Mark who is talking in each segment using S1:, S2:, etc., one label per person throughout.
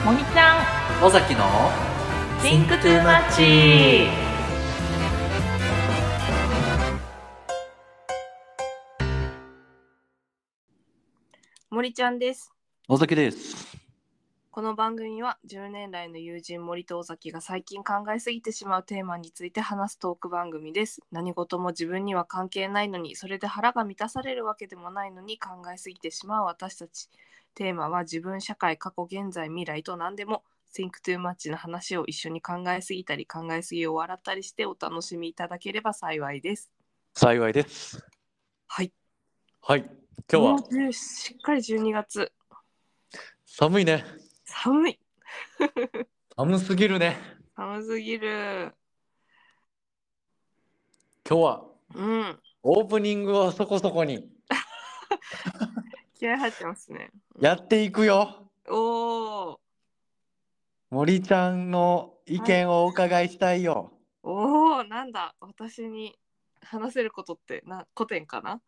S1: もみちゃん
S2: 尾崎の
S1: Think Too Much。森ちゃんです。
S2: 尾崎です。
S1: この番組は10年来の友人森と尾崎が最近考えすぎてしまうテーマについて話すトーク番組です。何事も自分には関係ないのに、それで腹が満たされるわけでもないのに考えすぎてしまう私たち。テーマは自分、社会、過去、現在、未来と何でもThink Too Much の話を一緒に考えすぎたり考えすぎを笑ったりしてお楽しみいただければ幸いです。
S2: 幸いです。
S1: はい。
S2: はい。今日は
S1: もうしっかり12月。
S2: 寒いね。
S1: 寒い。
S2: 寒すぎるね。
S1: 寒すぎる。
S2: 今日は
S1: うん。
S2: オープニングをそこそこに
S1: 気合入ってますね。
S2: やっていくよ。
S1: おー。
S2: 森ちゃんの意
S1: はい。
S2: 見をお伺いしたいよ。
S1: おー、なんだ。私に話せることって古典かな。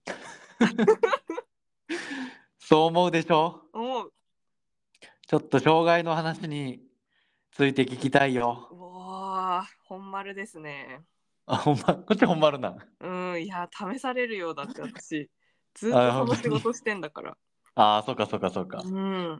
S2: そう思うでしょ。
S1: おー。
S2: ちょっと障害の話について聞きたいよ。
S1: おー、本丸ですね。
S2: あ、ほんま、こっちほんまるな。
S1: うん、いや、試されるようだって私。ずっと
S2: あ、
S1: その
S2: 本当に。
S1: 仕事してんだから。
S2: あ、そうかそうかそうか。
S1: うん。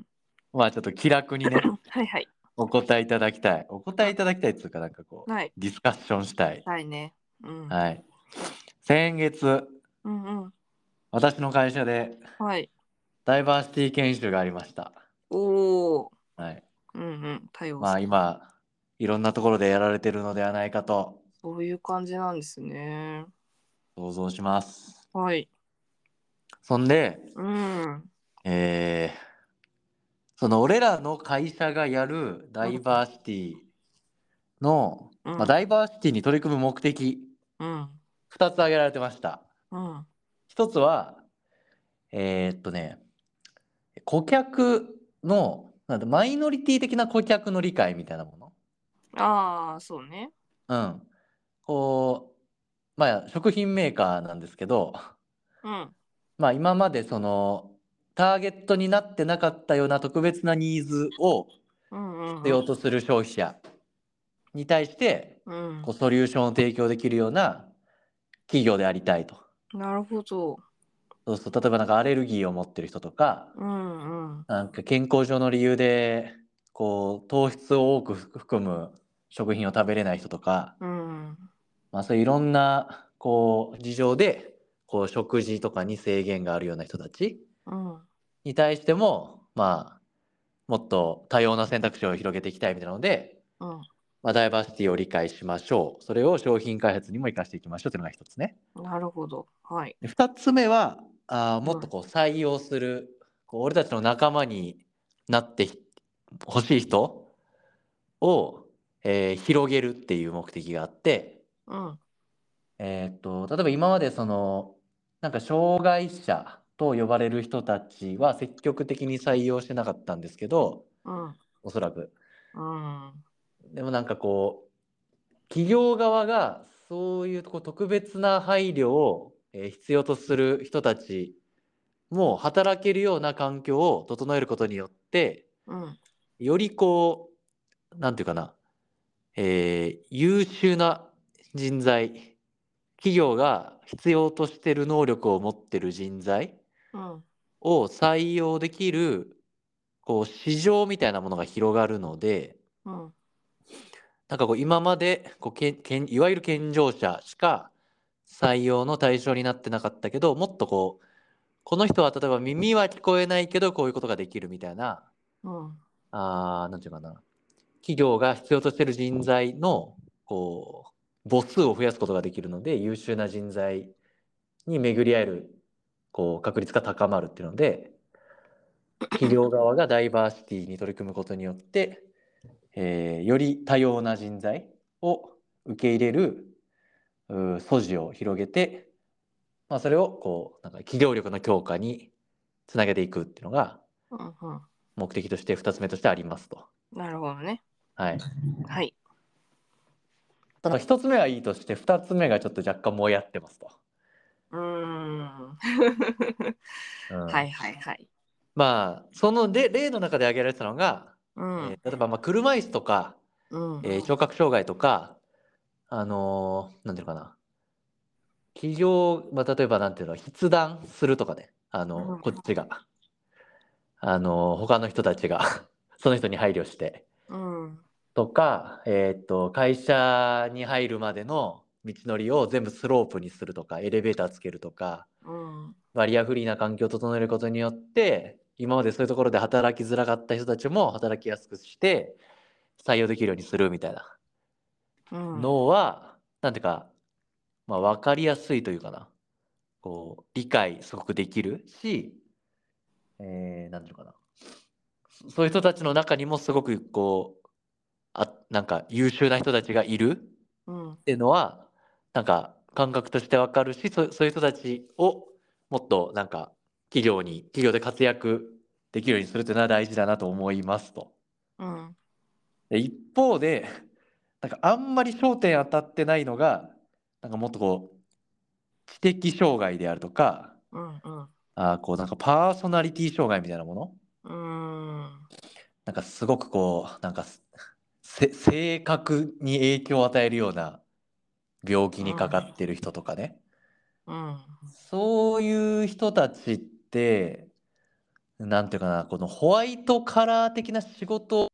S2: まあちょっと気楽にね、
S1: はいはい。
S2: お答えいただきたい。お答えいただきたいっていうか、なんかこ
S1: はい。
S2: う、ディスカッションしたい。
S1: はいね。うん。
S2: はい。先月、
S1: うんうん。
S2: 私の会社で
S1: はい。
S2: ダイバーシティ研修がありました。
S1: おー。
S2: はい。
S1: うんうん。多様
S2: まあ
S1: 性。
S2: 今、いろんなところでやられてるのではないかと
S1: そういう感じなんですね。
S2: 想像します。
S1: はい。
S2: そんで、
S1: うん。
S2: えーその俺らの会社がやるダイバーシティの、
S1: うん
S2: ダイバーシティに取り組む目的、
S1: うん
S2: 2つ挙げられてました。
S1: うん
S2: 1つは、顧客の、なんだマイノリティ的な顧客の理解みたいなもの。
S1: ああ、そうね。
S2: うん。こ食品メーカーなんですけど、
S1: うん
S2: 今までそのターゲットになってなかったような特別なニーズを
S1: うんうん
S2: 必要とする消費者に対して
S1: うん
S2: ソリューションを提供できるような企業でありたいと。
S1: なるほど。
S2: そうそう、例えばなんかアレルギーを持ってる人とか、
S1: うんうん
S2: なんか健康上の理由で糖質を多く含む食品を食べれない人とか、
S1: うん
S2: そういういろんな事情で食事とかに制限があるような人たち
S1: うん
S2: に対してももっと多様な選択肢を広げていきたいみたいなので、
S1: うん
S2: ダイバーシティを理解しましょう。それを商品開発にも生かしていきましょうというのが一つね。
S1: なるほど。はい。
S2: で二つ目はもっと
S1: うん
S2: 採用する、俺たちの仲間になってほしい人を、広げるっていう目的があって、
S1: うん
S2: 例えば今までなんか障害者と呼ばれる人たちは積極的に採用してなかったんですけど、
S1: うん
S2: おそらく。
S1: うん
S2: でもなんか企業側がそういう特別な配慮を必要とする人たちも働けるような環境を整えることによって、
S1: うん
S2: よりなんていうかな、優秀な人材、企業が必要としている能力を持っている人材
S1: うん
S2: を採用できる市場みたいなものが広がるので、
S1: うん
S2: なんか今までいわゆる健常者しか採用の対象になってなかったけど、もっとこの人は例えば耳は聞こえないけどこういうことができるみたいな、
S1: うん
S2: なんていうかな、企業が必要としている人材の母数を増やすことができるので、優秀な人材に巡り合える確率が高まるっていうので、企業側がダイバーシティに取り組むことによって、より多様な人材を受け入れる素地を広げて、それをなんか企業力の強化につなげていくっていうのが
S1: うん
S2: 目的として2つ目としてありますと。
S1: なるほどね。
S2: はい。
S1: はい。
S2: ただ1つ目はいいとして2つ目がちょっと若干もやってますと。
S1: うーん
S2: うん、
S1: はいはいはい。
S2: その例の中で挙げられてたのが、
S1: うん
S2: 例えば車椅子とか、
S1: うん
S2: 聴覚障害とか、なんていうのかな、起業、例えばなんていうの、筆談するとかね、こっちが、他の人たちがその人に配慮して
S1: うん
S2: とか、会社に入るまでの道のりを全部スロープにするとか、エレベーターつけるとか、
S1: うん
S2: バリアフリーな環境を整えることによって、今までそういうところで働きづらかった人たちも働きやすくして採用できるようにするみたいな
S1: うん
S2: のは、なんていうか、分かりやすいというかな、理解すごくできるし、なんていうのかな、そういう人たちの中にもすごくなんか優秀な人たちがいる
S1: うん
S2: っていうのは、なんか感覚としてわかるし、そういう人たちをもっとなんか企業で活躍できるようにするっていうのは大事だなと思いますと。
S1: うん
S2: で一方で、なんかあんまり焦点当たってないのが、なんかもっと知的障害であるとか、
S1: うんうん
S2: なんかパーソナリティ障害みたいなもの、
S1: うん
S2: なんかすごくなんか性格に影響を与えるような病気にかかってる人とかね、
S1: うん
S2: そういう人たちって、なんていうかな、このホワイトカラー的な仕事、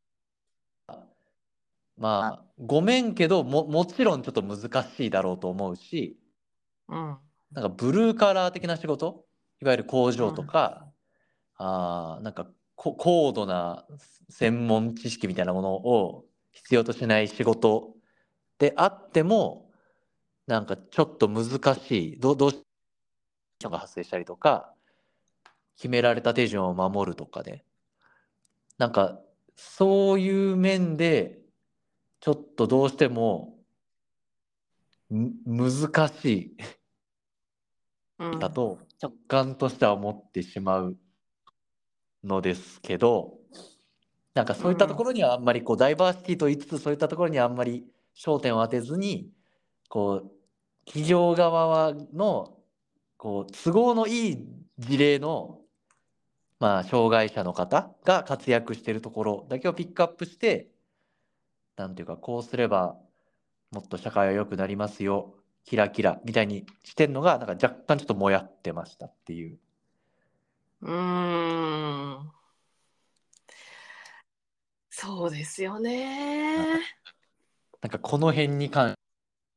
S2: ごめんけどもちろんちょっと難しいだろうと思うし、
S1: うん
S2: なんかブルーカラー的な仕事、いわゆる工場と
S1: うん
S2: か、なんか高度な専門知識みたいなものを必要としない仕事であっても、なんかちょっと難しい、どうしてもが発生したりとか、決められた手順を守るとかで、なんかそういう面でちょっとどうしても難しいだと直感としては思ってしまうのですけど、なんかそういったところにはあんまりダイバーシティと言いつつ、そういったところにはあんまり焦点を当てずに、企業側の都合のいい事例の、障害者の方が活躍しているところだけをピックアップして、なんていうか、こうすればもっと社会は良くなりますよ、キラキラみたいにしてんのが、なんか若干ちょっともやってましたっていう。
S1: うんそうですよね。
S2: なんかこの辺に関して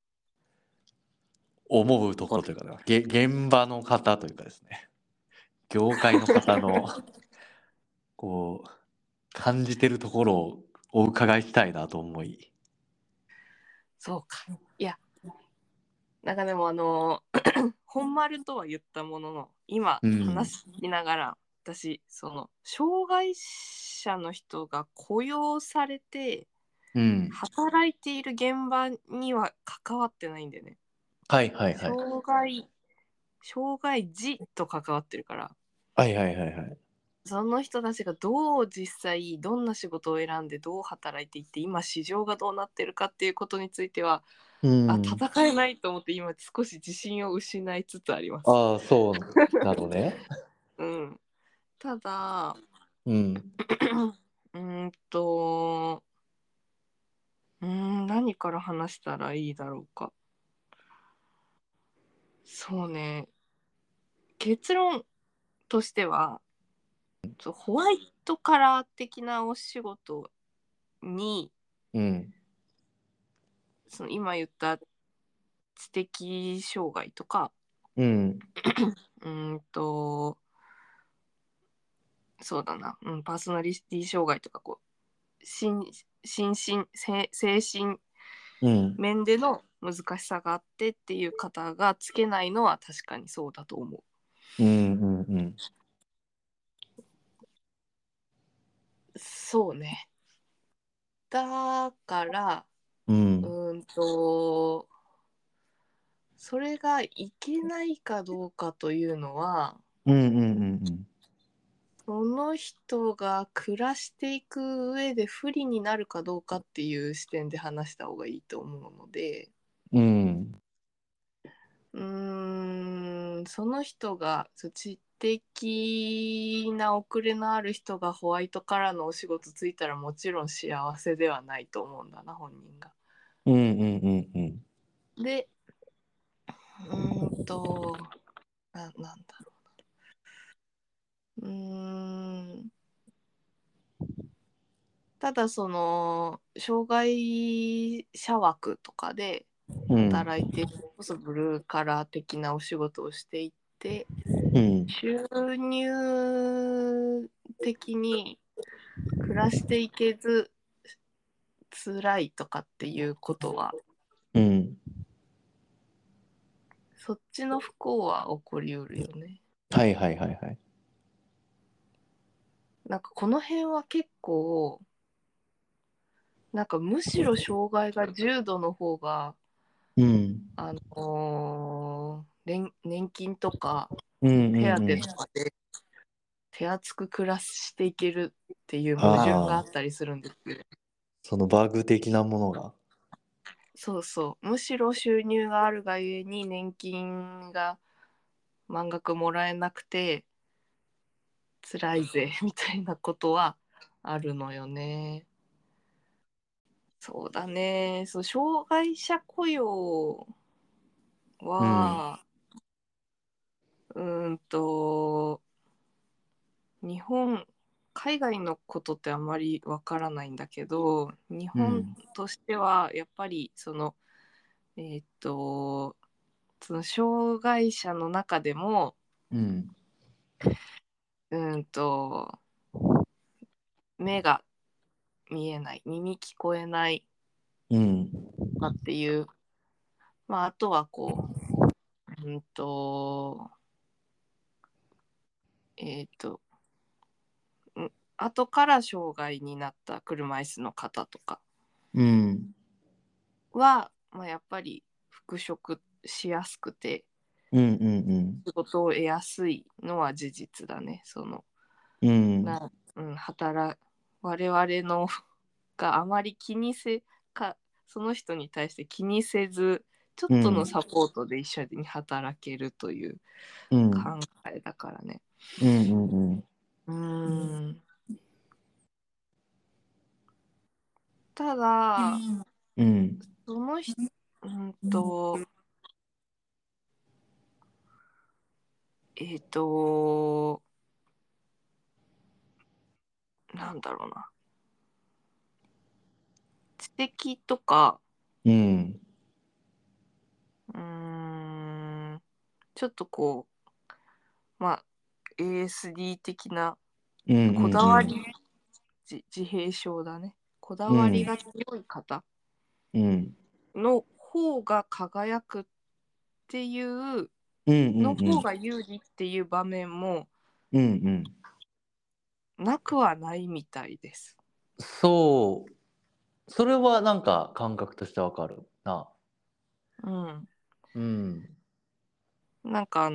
S2: 思うところというかね、現場の方というかですね、業界の方のこう感じてるところをお伺いしたいなと思い。
S1: そうか。いや、なんかでも本丸とは言ったものの、今
S2: うん。
S1: 話しながら、私、障害者の人が雇用されて、
S2: うん。
S1: 働いている現場には関わってないんだよね。
S2: はいはいはい。
S1: 障害児と関わってるから、
S2: はいはいはいはい。
S1: その人たちがどう実際どんな仕事を選んでどう働いていって今市場がどうなってるかっていうことについては
S2: うん。
S1: 戦えないと思って今少し自信を失いつつあります。
S2: ああ、そうなのね。
S1: うん、ただ
S2: うん。
S1: うーんと何から話したらいいだろうか。そうね、結論としてはホワイトカラー的なお仕事に
S2: うん。
S1: 今言った知的障害とか
S2: うん。
S1: うーんとそうだな、パーソナリティ障害とか精神
S2: うん。
S1: 面での難しさがあってっていう方がつけないのは確かにそうだと思う。
S2: うん。うん。うん。
S1: そうね。だから
S2: うん。
S1: うーんとそれがいけないかどうかというのは
S2: うん。うん。うん。
S1: その人が暮らしていく上で不利になるかどうかっていう視点で話した方がいいと思うので、
S2: うん。
S1: その人が的な遅れのある人がホワイトカラーのお仕事ついたらもちろん幸せではないと思うんだな、本人が。
S2: うんうんうんうん。
S1: で、なんだろう。ただその障害者枠とかで働いて、こそブルーカラー的なお仕事をしていて、
S2: うん。
S1: 収入的に暮らしていけず辛いとかっていうことは、
S2: うん。
S1: そっちの不幸は起こりうるよね。
S2: はいはいはいはい。
S1: なんかこの辺は結構、なんかむしろ障害が重度の方が、
S2: うん。
S1: 年金とか
S2: うんうん
S1: 手
S2: うん。
S1: 当とかで手厚く暮らしていけるっていう矛盾があ
S2: ああ、
S1: ったりするんですけど、
S2: そのバグ的なものが。
S1: そうそう、むしろ収入があるがゆえに年金が満額もらえなくて辛いぜみたいなことはあるのよね。そうだね。そう、障害者雇用
S2: うん。
S1: は、うーんと、日本、海外のことってあんまりわからないんだけど、日本
S2: うん。
S1: としてはやっぱりえーっと、その障害者の中でも、
S2: うん。
S1: うーんと、目が見えない、耳聞こえない
S2: うん。
S1: とかっていう、まあ、あとはう、えーっと、後から障害になった車椅子の方とか
S2: うん。
S1: は、まあ、やっぱり復職しやすくて
S2: うんうん
S1: 仕事を得やすいのは事実だね。
S2: うん。うん。
S1: な、我々のがあまりその人に対して気にせず、ちょっとの
S2: うん。
S1: サポートで一緒に働けるという
S2: うん。
S1: 考えだからね。
S2: うんうんうん。
S1: うーん。ただ、
S2: うん。
S1: その人、うんと、えっ、と、なんだろうな。知的とか、
S2: うん。
S1: うーん、ちょっとまあ、ASD 的な
S2: うんうんうん。
S1: こだわり、自閉症だね。こだ
S2: うん。
S1: わりが強い方
S2: うん。
S1: の方が輝くっていう
S2: うん
S1: の
S2: うんうん。
S1: 方が有利っていう場面も
S2: うんうん。
S1: なくはないみたいです。
S2: そう。それはなんか感覚としてわかるな。
S1: うん。
S2: うん。
S1: なんか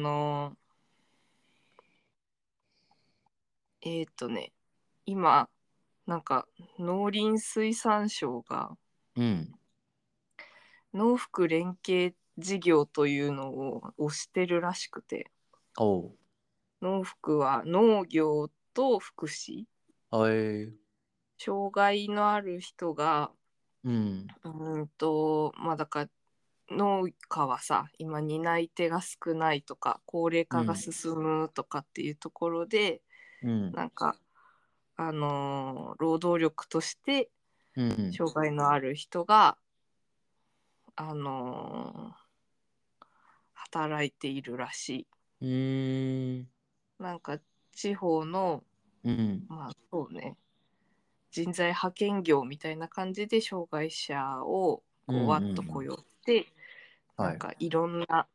S1: 今、なんか農林水産省が
S2: うん。
S1: 農福連携事業というのを推してるらしくて、
S2: おう。
S1: 農福は農業と福祉、
S2: はい。
S1: 障害のある人が、
S2: うん。
S1: まあだから農家はさ、今担い手が少ないとか、高齢化が
S2: うん。
S1: 進むとかっていうところで、
S2: うん。
S1: なんか、労働力として
S2: うん。
S1: 障害のある人が、あのー働いているらし
S2: うーん。
S1: い。なんか地方の、
S2: うん。
S1: まあそうね、人材派遣業みたいな感じで障害者を
S2: うん。
S1: わっ
S2: うん。
S1: と雇用して、な
S2: はい。
S1: んかいろんな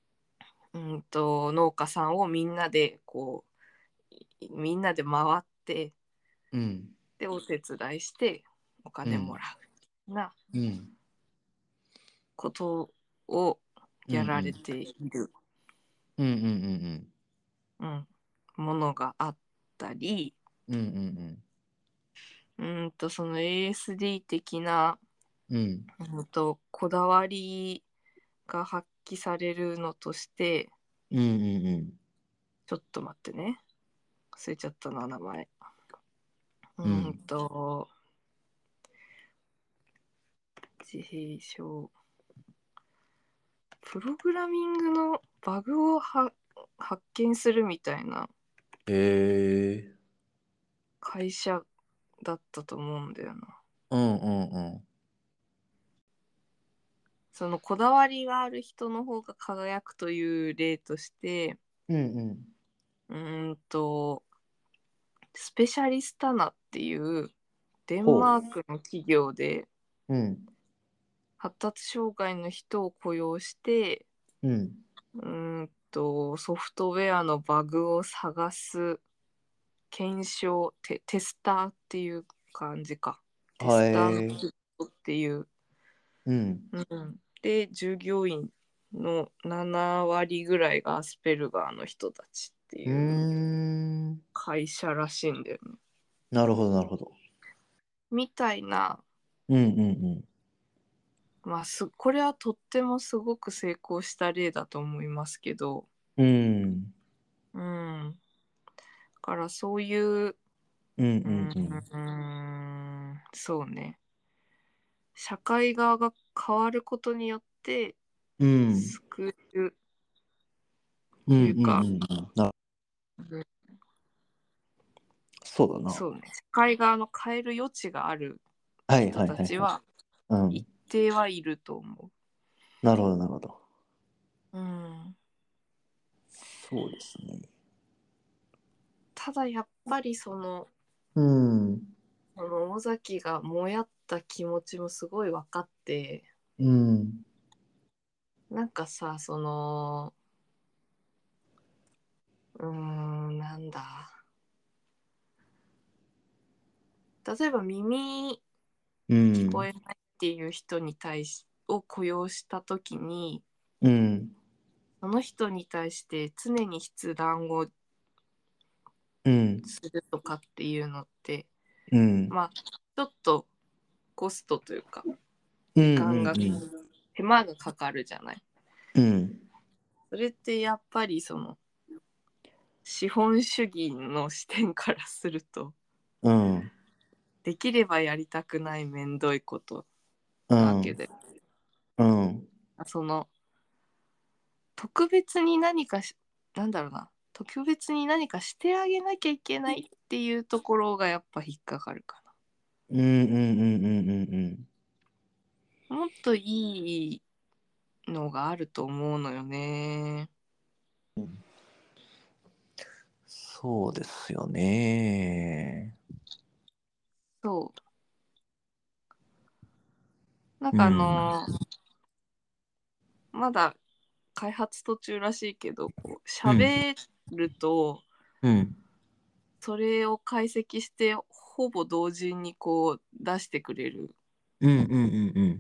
S1: 農家さんをみんなで回って
S2: うん。
S1: でお手伝いしてお
S2: うん。
S1: 金もらうな
S2: うん。
S1: ことを
S2: うん。う
S1: やられ
S2: ん。
S1: ている、
S2: うん。うん。
S1: うん、ものがあったり、
S2: うん。うん。
S1: その ASD 的な、
S2: うん。
S1: こだわりが発揮されるのとして、
S2: うん。うん。
S1: ちょっと待ってね。忘れちゃったな、名前。
S2: うん
S1: 自閉症。プログラミングのバグを発見するみたいな
S2: へえ。
S1: 会社だったと思うんだよな。
S2: うんうん
S1: そのこだわりがある人の方が輝くという例として、
S2: うんうん
S1: うーんと、スペシャリスタナっていうデン
S2: ほ
S1: マークの企業で
S2: う。うん
S1: 発達障害の人を雇用して、
S2: うん
S1: ソフトウェアのバグを探す検証テスターっていう感じか。テ
S2: は
S1: スターの
S2: い。
S1: 仕事っていう。
S2: うん
S1: で、従業員の7割ぐらいがアスペルガーの人たちって
S2: うー
S1: いう
S2: ん。
S1: 会社らしいんだよね。
S2: なるほどなるほど。
S1: みたいな、
S2: うんうん
S1: まあ、これはとってもすごく成功した例だと思いますけど、
S2: うん。
S1: うん。だからそういう、
S2: うんう
S1: うん、
S2: んうん
S1: そうね。社会側が変わることによって
S2: うん
S1: 救える
S2: うんうんうん
S1: というか、
S2: うん。そうだな。
S1: そうね。社会側の変える余地がある
S2: はい
S1: 人
S2: はいはいはい。
S1: たちは一
S2: うん。
S1: 定はいると思
S2: なるほどなるほど。
S1: う。うん。
S2: そうですね。
S1: ただやっぱり
S2: うん。
S1: その尾崎がもやった気持ちもすごい分かって、
S2: うん。
S1: なんかさ、なんだ。例えば耳
S2: うん。
S1: 聞こえないっていう人に対しを雇用したときに、
S2: うん。
S1: その人に対して常に筆談を
S2: うん。
S1: するとかっていうのって、
S2: うん。
S1: まあ、ちょっとコストというか、
S2: うん
S1: 時間が、
S2: うん
S1: 手間がかかるじゃない。
S2: うん。
S1: それってやっぱり資本主義の視点からすると、
S2: うん。
S1: できればやりたくないめんどいこと
S2: うん。
S1: なわけで、
S2: うん。
S1: その特別に何かなんだろうな、特別に何かしてあげなきゃいけないっていうところがやっぱ引っかかるか
S2: うんうんうんうんうん
S1: な。もっといいのがあると思うのよね。
S2: うん。そうですよね。
S1: そう。なんか
S2: うん。
S1: まだ開発途中らしいけど、
S2: うん。
S1: 喋ると、
S2: うん。
S1: それを解析してほぼ同時に出してくれる
S2: うんうんうんうん。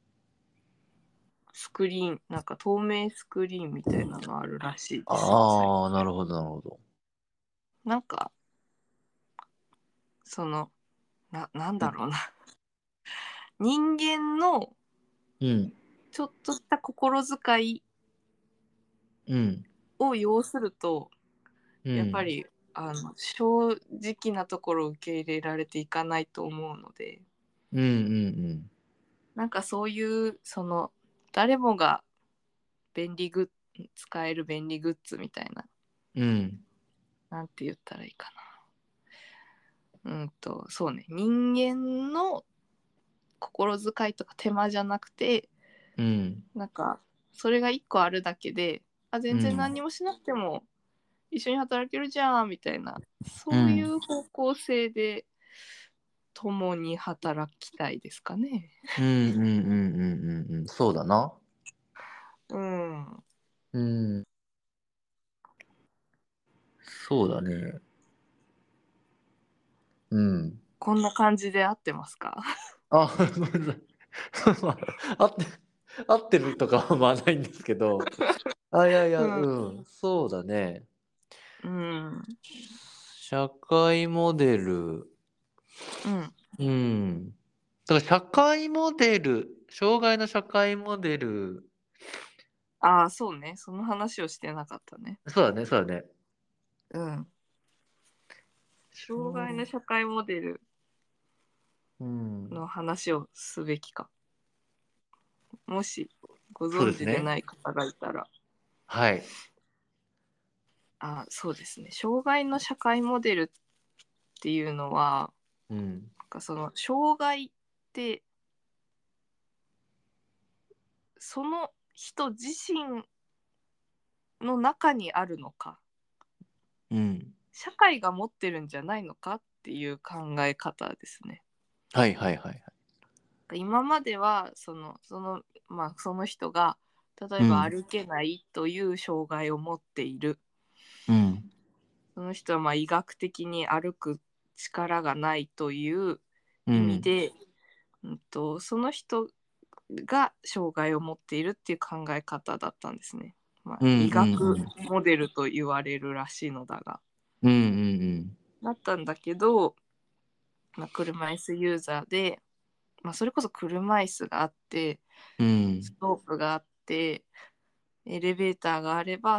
S1: スクリーン、なんか透明スクリーンみたいなのあるらしいですよ、最近。
S2: ああ、なるほどなるほど。
S1: なんか、なんだろうな。人間の
S2: うん。
S1: ちょっとした心遣い
S2: うん。
S1: を要すると、
S2: うん。
S1: やっぱり、正直なところを受け入れられていかないと思うので、
S2: うんうん
S1: なんかそういう、誰もが使える便利グッズみたいな、
S2: うん。うん。
S1: なんて言ったらいいかな。そうね、人間の心遣いとか手間じゃなくて、
S2: うん。
S1: なんかそれが一個あるだけで、全然
S2: うん。
S1: 何もしなくても一緒に働けるじゃんみたいな、そうい
S2: うん。
S1: う方向性で共に働きたいですかね。
S2: うんうんうんうんうん。そうだな。
S1: うん。
S2: うん。そうだね。うん。
S1: こんな感じで合ってますか？
S2: あ、ごめんなさい。まあ、合ってるとかはまあないんですけど。あ、いやいや、
S1: うん。
S2: うん。そうだね。
S1: うん。
S2: 社会モデル。
S1: うん。
S2: うん。だから社会モデル、障害の社会モデル。
S1: ああ、そうね。その話をしてなかったね。
S2: そうだね、そうだね。
S1: うん。障害の社会モデル
S2: うん
S1: の話をすべきか。もしご
S2: そうで
S1: 存知で
S2: すね。
S1: ない方がいたら。
S2: はい。
S1: そうですね。障害の社会モデルっていうのは、
S2: うん。
S1: なんかその障害ってその人自身の中にあるのか、
S2: うん。
S1: 社会が持ってるんじゃないのかっていう考え方ですね。
S2: はいはいはいはい。
S1: 今まではその人が例えば
S2: うん。
S1: 歩けないという障害を持っている。
S2: うん。
S1: その人は医学的に歩く力がないという意味
S2: うん。
S1: で、その人が障害を持っているっていう考え方だったんですね。
S2: うん。
S1: 医学
S2: うん。
S1: モデルと言われるらしいのだが。
S2: うん。うん。
S1: だったんだけど、車椅子ユーザーで、それこそ車椅子があって、
S2: うん。
S1: ストープがあって、エレベーターがあれば、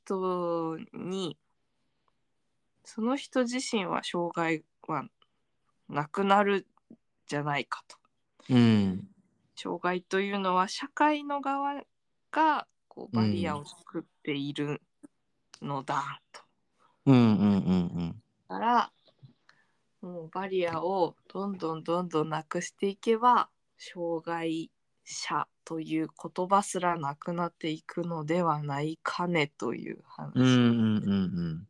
S1: その人自身は障害はなくなるじゃないかと。
S2: うん。
S1: 障害というのは社会の側が
S2: うん。
S1: バリアを作っているのだと。
S2: うん。うん。
S1: だからもうバリアをどんどんどんどんなくしていけば障害者という言葉すらなくなっていくのではないかねという
S2: うん。うん。
S1: 話。
S2: うん。うん。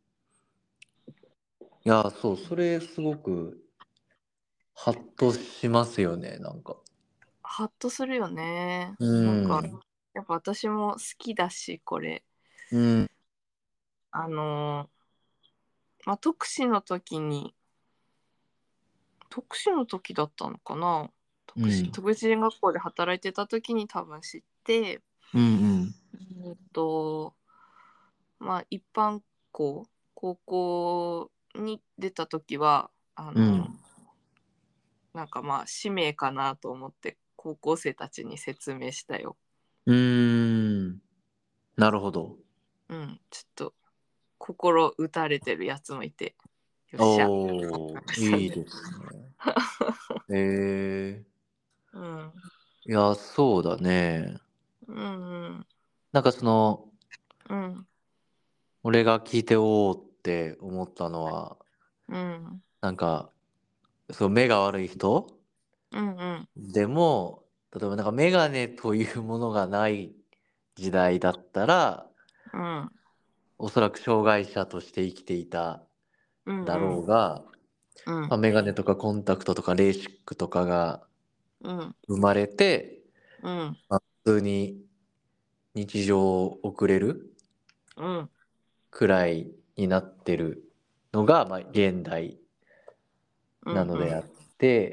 S2: いや、そう、それすごくハッとしますよね、なんか。
S1: ハッとするよね。
S2: う
S1: なんか
S2: ん。
S1: やっぱ私も好きだしこれ
S2: うん。
S1: あの特使の時に特殊の時だったのかな。
S2: うん。
S1: 特別支援学校で働いてた時に多分知って、
S2: うん。
S1: うんと一般校高校に出た時は
S2: うん。
S1: なんか使命かなと思って高校生たちに説明したよ。
S2: うん。なるほど。
S1: うん、ちょっと心打たれてるやつもいて、よっしゃって思い
S2: おー、
S1: ましたね。
S2: いいですね。え
S1: うん、
S2: いや、そうだね。
S1: うんうん
S2: なんかその、
S1: うん
S2: 俺が聞いておーって思ったのは、
S1: うん
S2: なんか、そう、目が悪い人
S1: うんうん
S2: でも、例えばなんかメガネというものがない時代だったら、
S1: うん
S2: おそらく障害者として生きていた
S1: うん
S2: だろうが、
S1: うん
S2: まあ、メガネとかコンタクトとかレーシックとかが
S1: うん
S2: 生まれて、
S1: うん
S2: まあ、普通に日常を送れる
S1: うん
S2: くらいになってるのが、まあ、現代
S1: うんうん
S2: なのであって、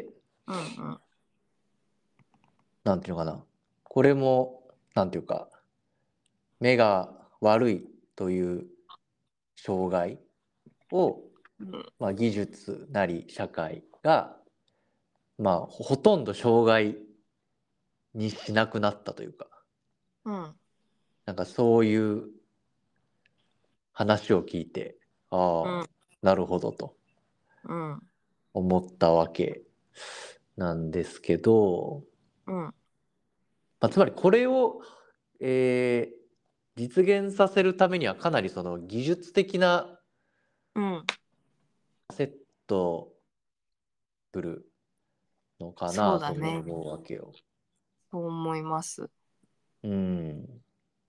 S1: うん
S2: なんていうのかな。これも、なんていうか、目が悪いという障害を、
S1: うん
S2: まあ、技術なり社会が、まあ、ほとんど障害にしなくなったというか、
S1: うん
S2: なんかそういう話を聞いて、ああ、
S1: うん
S2: なるほどと
S1: うん
S2: 思ったわけなんですけど、
S1: うん
S2: まあ、つまりこれを、実現させるためにはかなりその技術的な
S1: うん
S2: セットするのか
S1: そう
S2: なと
S1: だね。
S2: も思うわけよ。
S1: そう思います。
S2: うん。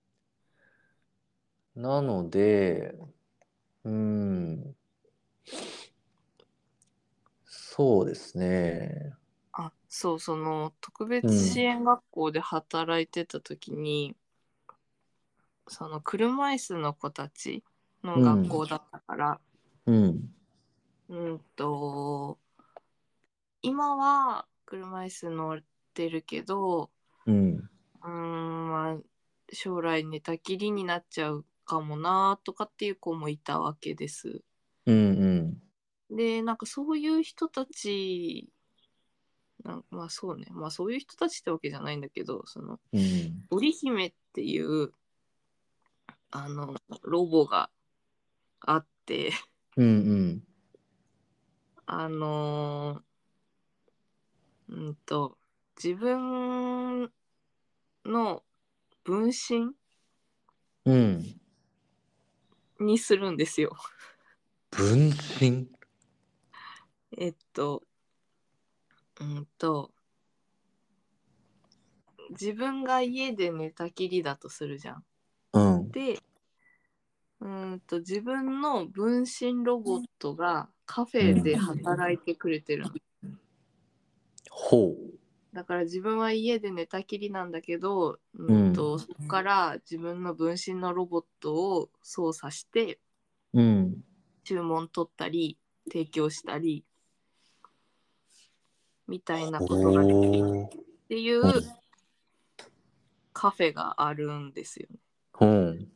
S2: なので、うん、そうですね。
S1: そう、その特別支
S2: うん、
S1: 援学校で働いてた時に、その車椅子の子たちの学
S2: うん、
S1: 校だったから、
S2: うん、
S1: うんと、今は車椅子乗ってるけど、
S2: うん、
S1: 将来寝たきりになっちゃうかもなとかっていう子もいたわけです。
S2: うん、
S1: で、なんかそういう人たち、そうね、そういう人たちってわけじゃないんだけど、その
S2: うん、
S1: 織姫っていうロボがあって、
S2: うんうん
S1: あのー自分の分身
S2: うん
S1: にするんですよ。
S2: 分身。
S1: えっと、うんと、自分が家で寝たきりだとするじゃん。
S2: うん
S1: で、自分の分身ロボットがカフェで働いてくれてるの。
S2: ほ
S1: だから自分は家で寝たきりなんだけど、そこから自分の分身のロボットを操作して
S2: う。うん
S1: 注文取ったり提供したりみたいなことができる
S2: ほ
S1: っていうカフェがあるんですよね。
S2: う。うん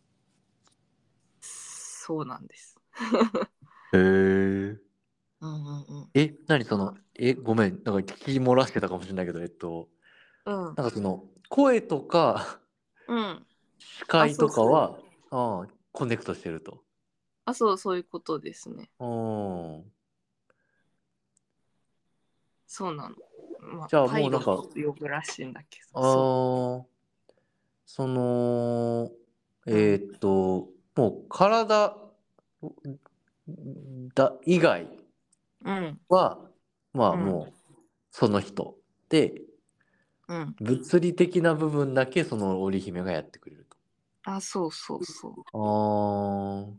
S1: そうなんです。
S2: へえ。
S1: うんうんうん。
S2: 何その、ごめん、なんか聞き漏らしてたかもしれないけど、
S1: うん
S2: なんかその、声とか
S1: うん。あ、
S2: 視界とか
S1: そうそう。
S2: は、コネクトしてると。
S1: あ、そう、そういうことですね。
S2: うん。
S1: そうなの。まあ、
S2: じゃあ
S1: パイロッ
S2: もうなんか、
S1: トと呼ぶらしいんだけど、
S2: あ
S1: そ
S2: ー、その、
S1: う。うん。
S2: もう体以外
S1: うん。
S2: は、まあ
S1: うん。
S2: もう、その人で、
S1: うん。
S2: 物理的な部分だけその織姫がやってくれる
S1: あ、そうそうそ
S2: と。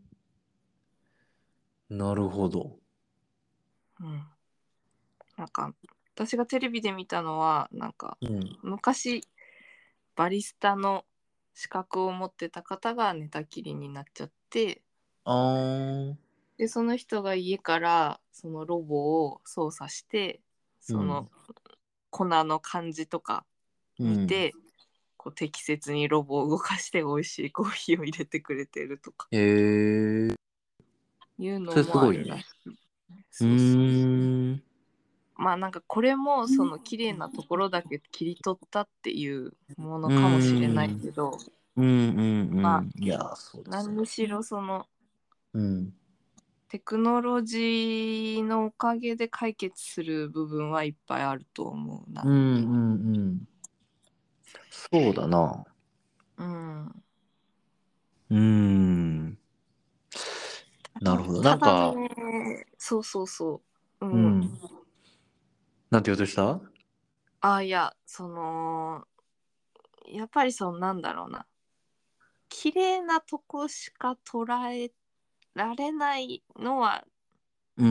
S2: なるほど。
S1: う。うん。なんか、私がテレビで見たのは、なんか、
S2: うん。
S1: 昔、バリスタの資格を持ってた方が寝たきりになっちゃって、
S2: あー、
S1: で、その人が家からそのロボを操作して、その
S2: うん。
S1: 粉の感じとか
S2: うん。
S1: 見て、こう適切にロボを動かして美味しいコーヒーを入れてくれてるとか
S2: へえ、
S1: いうの
S2: それす
S1: もあるらし
S2: ごいね。
S1: い。
S2: うー
S1: そうそう。
S2: ん。
S1: まあなんかこれもその綺麗なところだけ切り取ったっていうもの
S2: うー
S1: かもしれない
S2: ん。
S1: けど、
S2: うんうんう
S1: まあ
S2: ん。いや、そうですよね。
S1: 何にしろその
S2: うん。
S1: テクノロジーのおかげで解決する部分はいっぱいあると思うな。
S2: うんうんうん。そうだな。
S1: うん。
S2: うーん。なるほど。な
S1: ただ
S2: んか、
S1: ね、そうそうそう。うん。
S2: うん。なんて言おうとした？
S1: あ、いや、その、やっぱりそのなんだろうな。綺麗なとこしか捉えられないのは
S2: うん。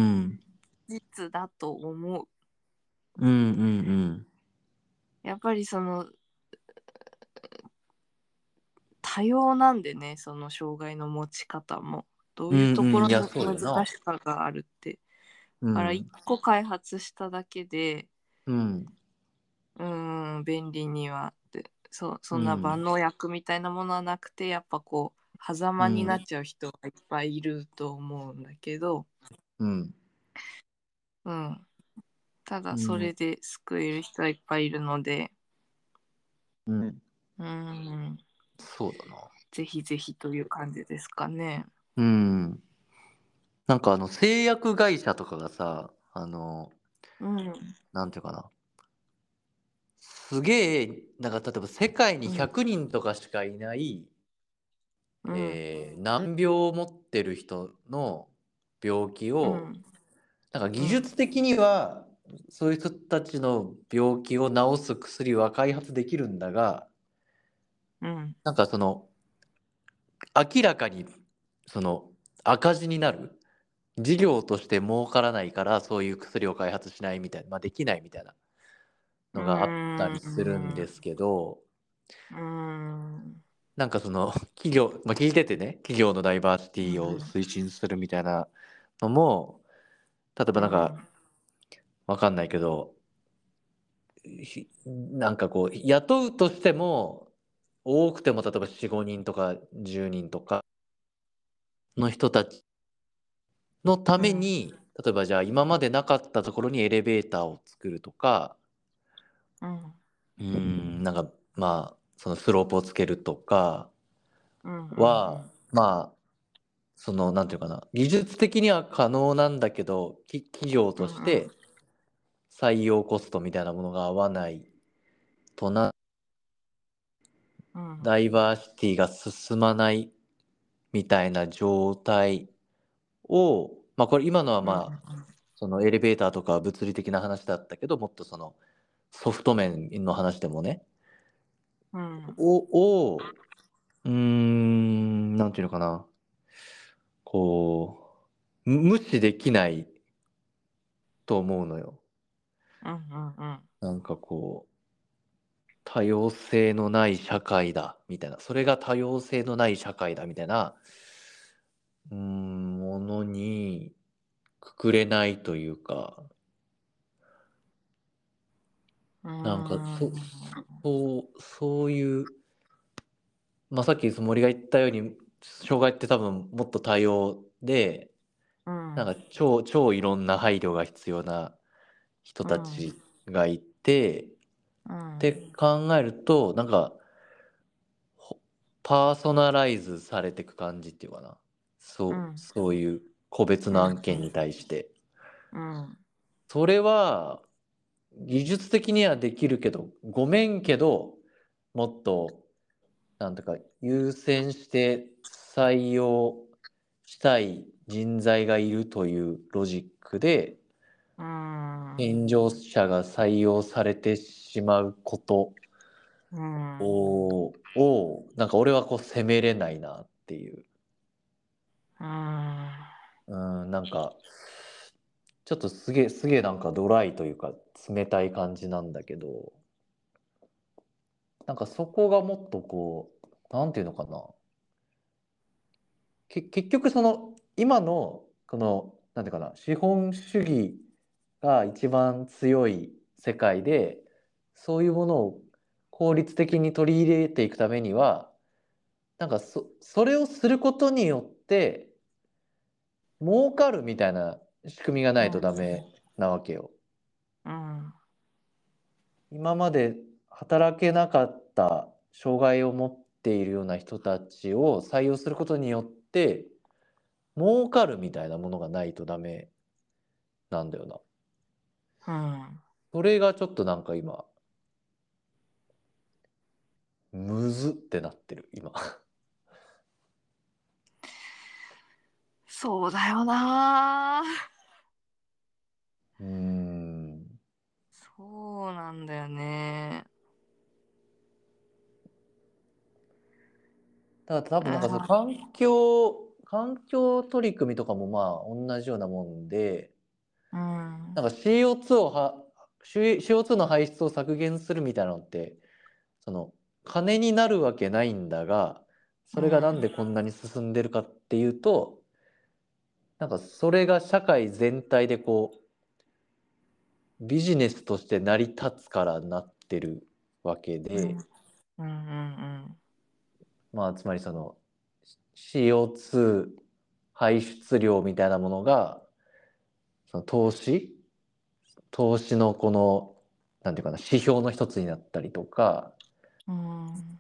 S1: 事実だと思う。
S2: うんうん
S1: やっぱりその多様なんでね、その障害の持ち方も。ど
S2: うん。
S1: ういうと
S2: うんうん。いや、
S1: ころに
S2: そうよな。
S1: 難しさがあるって。だから一
S2: うん。
S1: 個開発しただけで、
S2: うん。
S1: 便利にはってそんな
S2: うん。
S1: 万能薬みたいなものはなくて、やっぱこう狭間になっ
S2: うん。
S1: ちゃう人がいっぱいいると思うんだけど、
S2: うん。
S1: うん、ただそ
S2: うん。
S1: れで救える人はいっぱいいるので、
S2: うん。
S1: うん、
S2: そうだな。
S1: ぜひぜひという感じですかね。
S2: うん。なんか製薬会社とかがさ、
S1: うん、
S2: なんていうかな。すげえ、なんか例えば世界に
S1: うん、
S2: 100人とかしかいない、
S1: うん、
S2: 難病を持ってる人の病気を、
S1: うん、
S2: なんか
S1: うん、
S2: 技術的にはそういう人たちの病気を治す薬は開発できるんだが、
S1: うん、
S2: なんか明らかにその赤字になる。事業として儲からないからそういう薬を開発しないみたいな、まあ、できないみたいな
S1: う
S2: のがあった
S1: ん、
S2: りするんですけど、
S1: うん、
S2: なんか企業、まあ、聞いててね、企業のダイバーシティを
S1: うん、
S2: 推進するみたいなのも、例えばなんか、
S1: うん、
S2: わかんないけど、なんかこう、雇うとしても、多くても例えば4、5人とか10人とかの人たちのために、例えばじゃあ今までなかったところにエレベーターを作るとか、
S1: うん、
S2: なんかまあ、そのスロープをつけるとか
S1: うん、
S2: は、まあ、 そのなんていうかな、技術的には可能なんだけど、企業として採用コストみたいなものが合わないと
S1: うん。
S2: ダイバーシティが進まないみたいな状態を、まあこれ今のは
S1: うん。
S2: まあそのエレベーターとか物理的な話だったけど、もっとそのソフト面の話でもね、
S1: うん。
S2: を、なんていうのかな、こ無視できないと思うのよ。
S1: うん。うん。
S2: なんか多様性のない社会だみたいな、それが多様性のない社会だみたいな、ものにくくれないというか、
S1: う
S2: なんか
S1: ん。
S2: そういう、まあ、さっき森が言ったように、障害って多分もっと多様で、
S1: うん。
S2: なんか超いろんな配慮が必要な人たちがいて、って考えると、なんかパーソナライズされていく感じっていうかな。そういう個別の案件に対して。
S1: うん。
S2: それは技術的にはできるけど、ごめんけど、もっと、なんとか優先して採用したい人材がいるというロジックで、
S1: うん。
S2: 健常者が採用されてしまうこと
S1: うん。
S2: なんか俺は責めれないなっていう。
S1: うん。
S2: なんか、ちょっとすげえなんかドライというか冷たい感じなんだけど、なんかそこがもっとなんていうのかな。結局その今のこのなんていうかな、資本主義が一番強い世界で、そういうものを効率的に取り入れていくためには、なんかそれをすることによって儲かるみたいな仕組みがないとダメなわけよ。
S1: うん。
S2: 今まで働けなかった障害を持っているような人たちを採用することによって儲かるみたいなものがないとダメなんだよな。
S1: うん。
S2: それがちょっとなんか今むずってなってる今。
S1: そうだよな。
S2: うーん。
S1: そうなんだよね。
S2: だから多分なんかその環境取り組みとかもまあ同じようなもんで、
S1: うん。
S2: なんか CO2 の排出を削減するみたいなのってその金になるわけないんだが、それがなんでこんなに進んでるかっていうと、なんかそれが社会全体でビジネスとして成り立つからなってるわけ
S1: うん。
S2: で、
S1: うん。うん。
S2: まあつまりその CO2 排出量みたいなものがその投資のなんていうかな、指標の一つになったりとか、
S1: うん。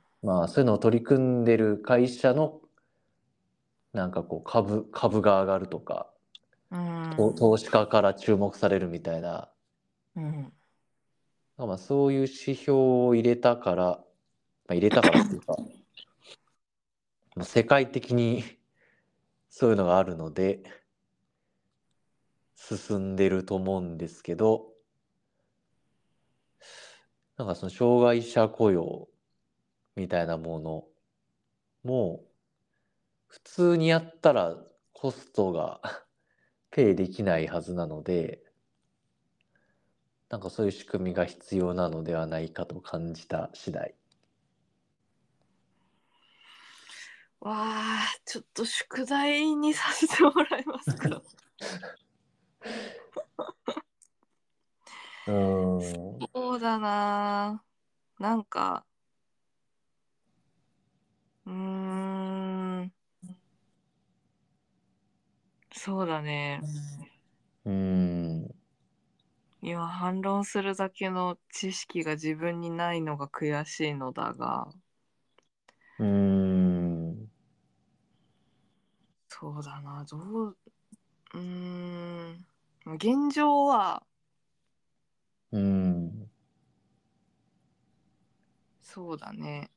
S2: まあそういうのを取り組んでる会社のなんか株が上がるとか、
S1: うん。
S2: 投資家から注目されるみたいな、
S1: うん。
S2: まあそういう指標を入れたからっていうか、まあ世界的にそういうのがあるので進んでると思うんですけど、なんかその障害者雇用みたいなものも普通にやったらコストがペイできないはずなので、なんかそういう仕組みが必要なのではないかと感じた次第。
S1: わあ、ちょっと宿題にさせてもらえますか。
S2: うーん。
S1: そうだな。なんか、うーん、そうだね。
S2: うーん。
S1: 今反論するだけの知識が自分にないのが悔しいのだが、
S2: うーん。
S1: そうだな、現状は、そうだね、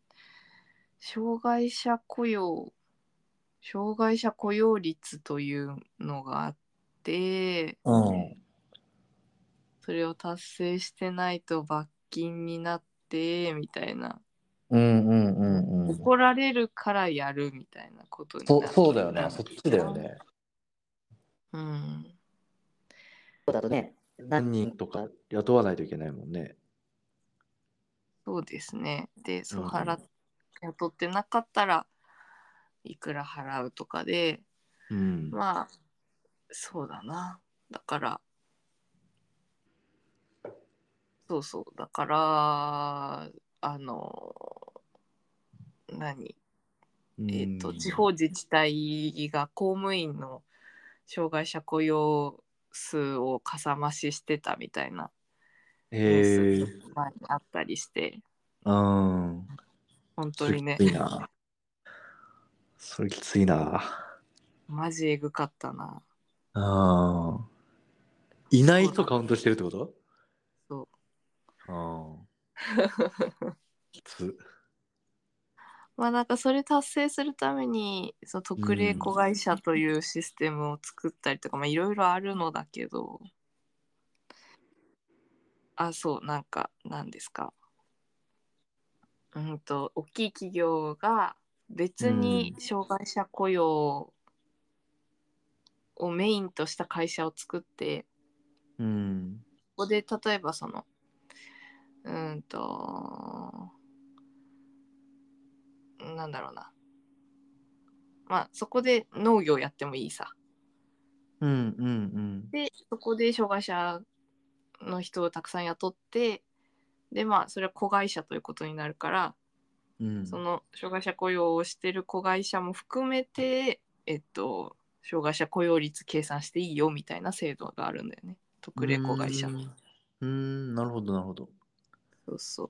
S1: 障害者雇用率というのがあって、それを達成してないと罰金になってみたいな、怒られるからやるみたいなことになって
S2: そうだよな、
S1: る。
S2: そっちだよね。
S1: うん。
S2: そうだとね、何人とか雇わないといけないもんね。
S1: そうですね。で、
S2: うん
S1: 雇ってなかったらいくら払うとかで、まあ、そうだな。だから、だから、何地方自治体が公務員の障害者雇用数をかさ増ししてたみたいなニュースが前にあったりして、本当にね、
S2: きついな。それきついな。
S1: マジエグかったな。
S2: いない人カウントしてるってこと？
S1: そう
S2: きつ。
S1: まあなんかそれ達成するためにその特例子会社というシステムを作ったりとか、まあいろいろあるのだけど、なんか何ですか、大きい企業が別に障害者雇用をメインとした会社を作って、ここで例えばなんだろうな、まあそこで農業やってもいいさ。でそこで障害者の人をたくさん雇って、でまあそれは子会社ということになるから、その障害者雇用をしてる子会社も含めて障害者雇用率計算していいよみたいな制度があるんだよね、特例子会社。
S2: なるほどなるほど。
S1: そうそう。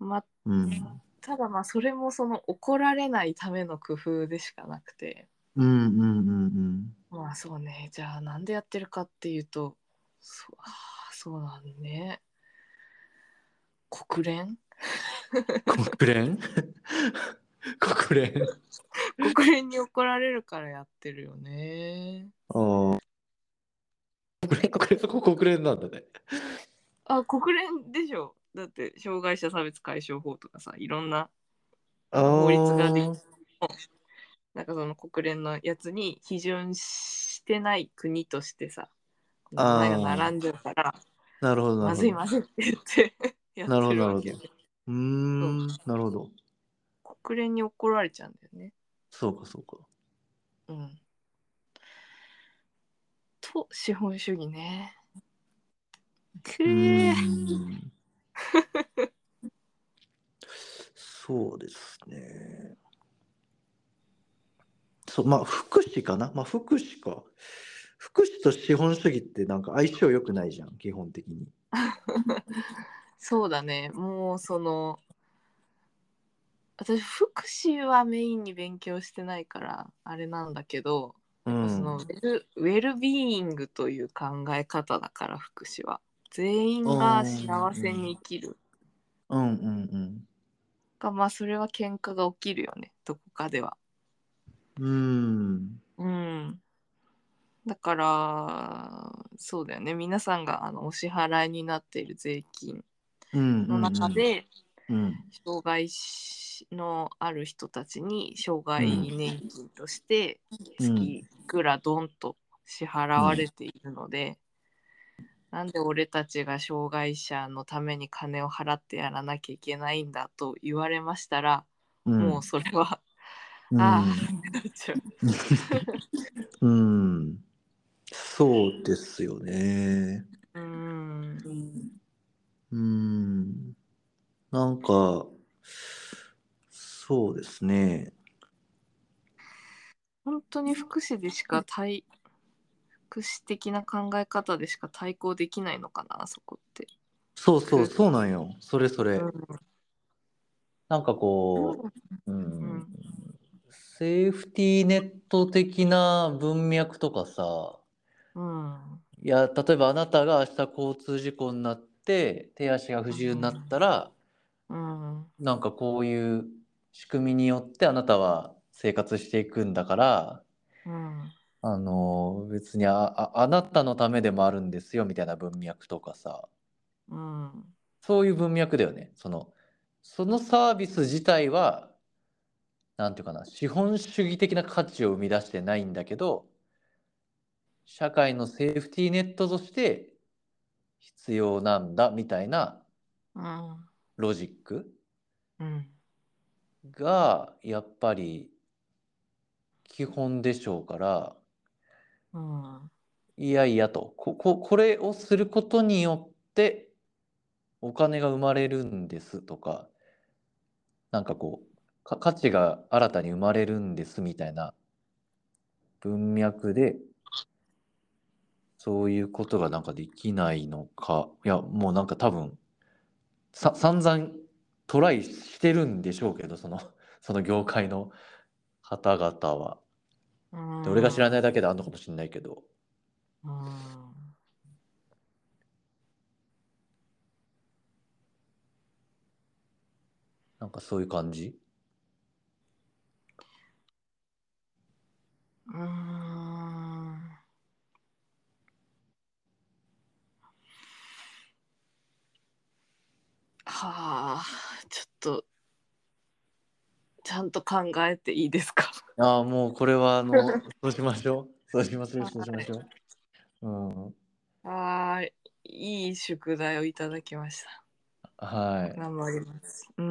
S1: まあ、ただまあそれもその怒られないための工夫でしかなくて、まあそうね、じゃあなんでやってるかっていうと、そうなんね、国連
S2: 国連国連
S1: 国連に怒られるからやってるよね。
S2: そこ国連なんだね。
S1: 国連でしょ。だって障害者差別解消法とかさ、いろんな
S2: あ
S1: 法律ができ
S2: ー
S1: なんかその国連のやつに批准してない国としてさ、名前が並んじゃうから、
S2: なるほどなる
S1: ま
S2: ほど。
S1: ずいまずいって言ってやっ
S2: なるほ
S1: て
S2: どなるほど。
S1: るわけで。そう
S2: なるほど。
S1: 国連に怒られちゃうんだよね。
S2: そうかそうか。
S1: うん。と資本主義ね。
S2: そうですね。まあ福祉かな。まあ福祉か。福祉と資本主義ってなんか相性良くないじゃん、基本的に。
S1: そうだね。もう私福祉はメインに勉強してないからあれなんだけど、やっぱそのウェルビーイングという考え方だから、福祉は全員が幸せに生きるが、まあそれは喧嘩が起きるよね、どこかでは。だからそうだよね、皆さんがお支払いになっている税金の中で、障害のある人たちに障害年金として月いくらドンと支払われているので、なんで俺たちが障害者のために金を払ってやらなきゃいけないんだと言われましたら、もうそれはああってなっちゃう。
S2: そうですよね。なんか、そうですね。
S1: 本当に福祉的な考え方でしか対抗できないのかな、そこって。
S2: そうなんよ。それ。なんかこう、 セーフティーネット的な文脈とかさ、
S1: うん。
S2: いや、例えばあなたが明日交通事故になって手足が不自由になったら、
S1: うん。
S2: なんかこういう仕組みによってあなたは生活していくんだから、
S1: うん。
S2: 別にあなたのためでもあるんですよみたいな文脈とかさ、
S1: うん。
S2: そういう文脈だよね。そのサービス自体は、なんていうかな、資本主義的な価値を生み出してないんだけど、社会のセーフティーネットとして必要なんだみたいな
S1: うん。
S2: ロジック
S1: うん。
S2: がやっぱり基本でしょうから、
S1: うん。
S2: いやいやと、これをすることによってお金が生まれるんですとか、なんかこう、価値が新たに生まれるんですみたいな文脈で、そういうことがなんかできないのか。いや、もうなんか多分、散々トライしてるんでしょうけど、その業界の方々は。
S1: う
S2: で、俺が知らない
S1: ん。
S2: だけであんのかもしれないけど、
S1: うん。
S2: なんかそういう感じ。
S1: うん。はあ、ちょっと、ちゃんと考えていいですか？
S2: ああ、もうこれはそうしましょう。そうしましょう、そうしまし
S1: はい。
S2: ょう。うん。
S1: はい。いい宿題をいただきました。
S2: はい。
S1: 頑張ります。うん。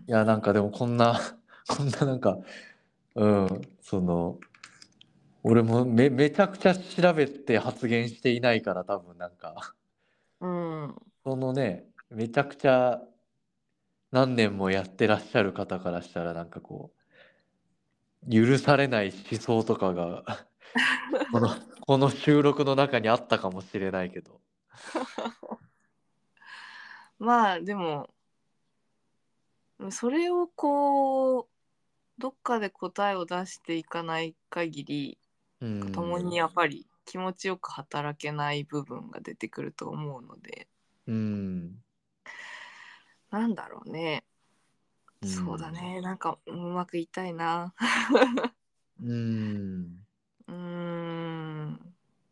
S2: いや、なんかでもこんな、こんななんか、うん、俺もめちゃくちゃ調べて発言していないから多分なんか、
S1: うん。
S2: そのね、めちゃくちゃ何年もやってらっしゃる方からしたらなんかこう、許されない思想とかがこの、この収録の中にあったかもしれないけど。
S1: まあ、でも、それをこう、どっかで答えを出していかない限り、
S2: う
S1: 共に
S2: ん。
S1: やっぱり気持ちよく働けない部分が出てくると思うので、
S2: うん。
S1: なんだろうね。
S2: う
S1: そうだ
S2: ん。
S1: ね。なんかうまく言いたいな。
S2: うん。
S1: うーん。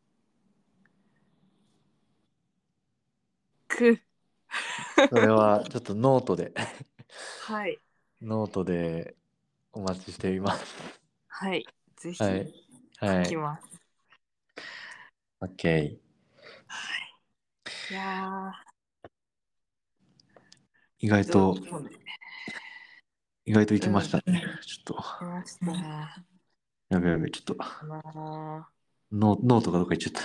S1: く。
S2: それはちょっとノートで
S1: はい。
S2: ノートでお待ちしています。
S1: はい。ぜ
S2: はい。
S1: ひ書
S2: はい。
S1: きます。
S2: OK。
S1: はい。いやー、
S2: 意外と、
S1: そうね。
S2: 意外と行きまし
S1: うん。
S2: たね。ちょっと、
S1: 出ました。
S2: やべやべ、ちょっと、
S1: あ
S2: ノートがどっか行っちゃった。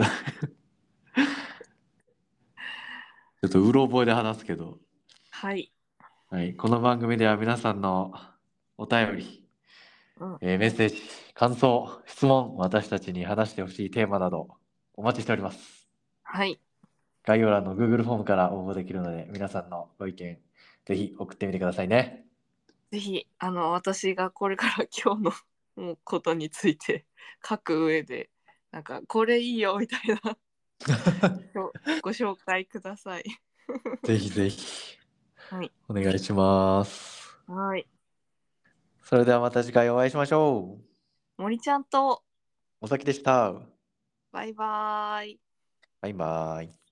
S2: ちょっとうろ覚えで話すけど、
S1: はい。
S2: はい。この番組では皆さんのお便り、
S1: うん。
S2: メッセージ、感想、質問、私たちに話してほしいテーマなどお待ちしております。
S1: はい。
S2: 概要欄の Google フォームから応募できるので、皆さんのご意見、ぜひ送ってみてくださいね。
S1: ぜひ、私がこれから今日のもうことについて書く上で、なんか、これいいよみたいなご紹介ください。
S2: ぜひぜひ、
S1: はい。
S2: お願いします。
S1: はい。
S2: それではまた次回お会いしましょう。
S1: 森ちゃんと、
S2: おさきでした。
S1: バイバーイ。
S2: バイバイ。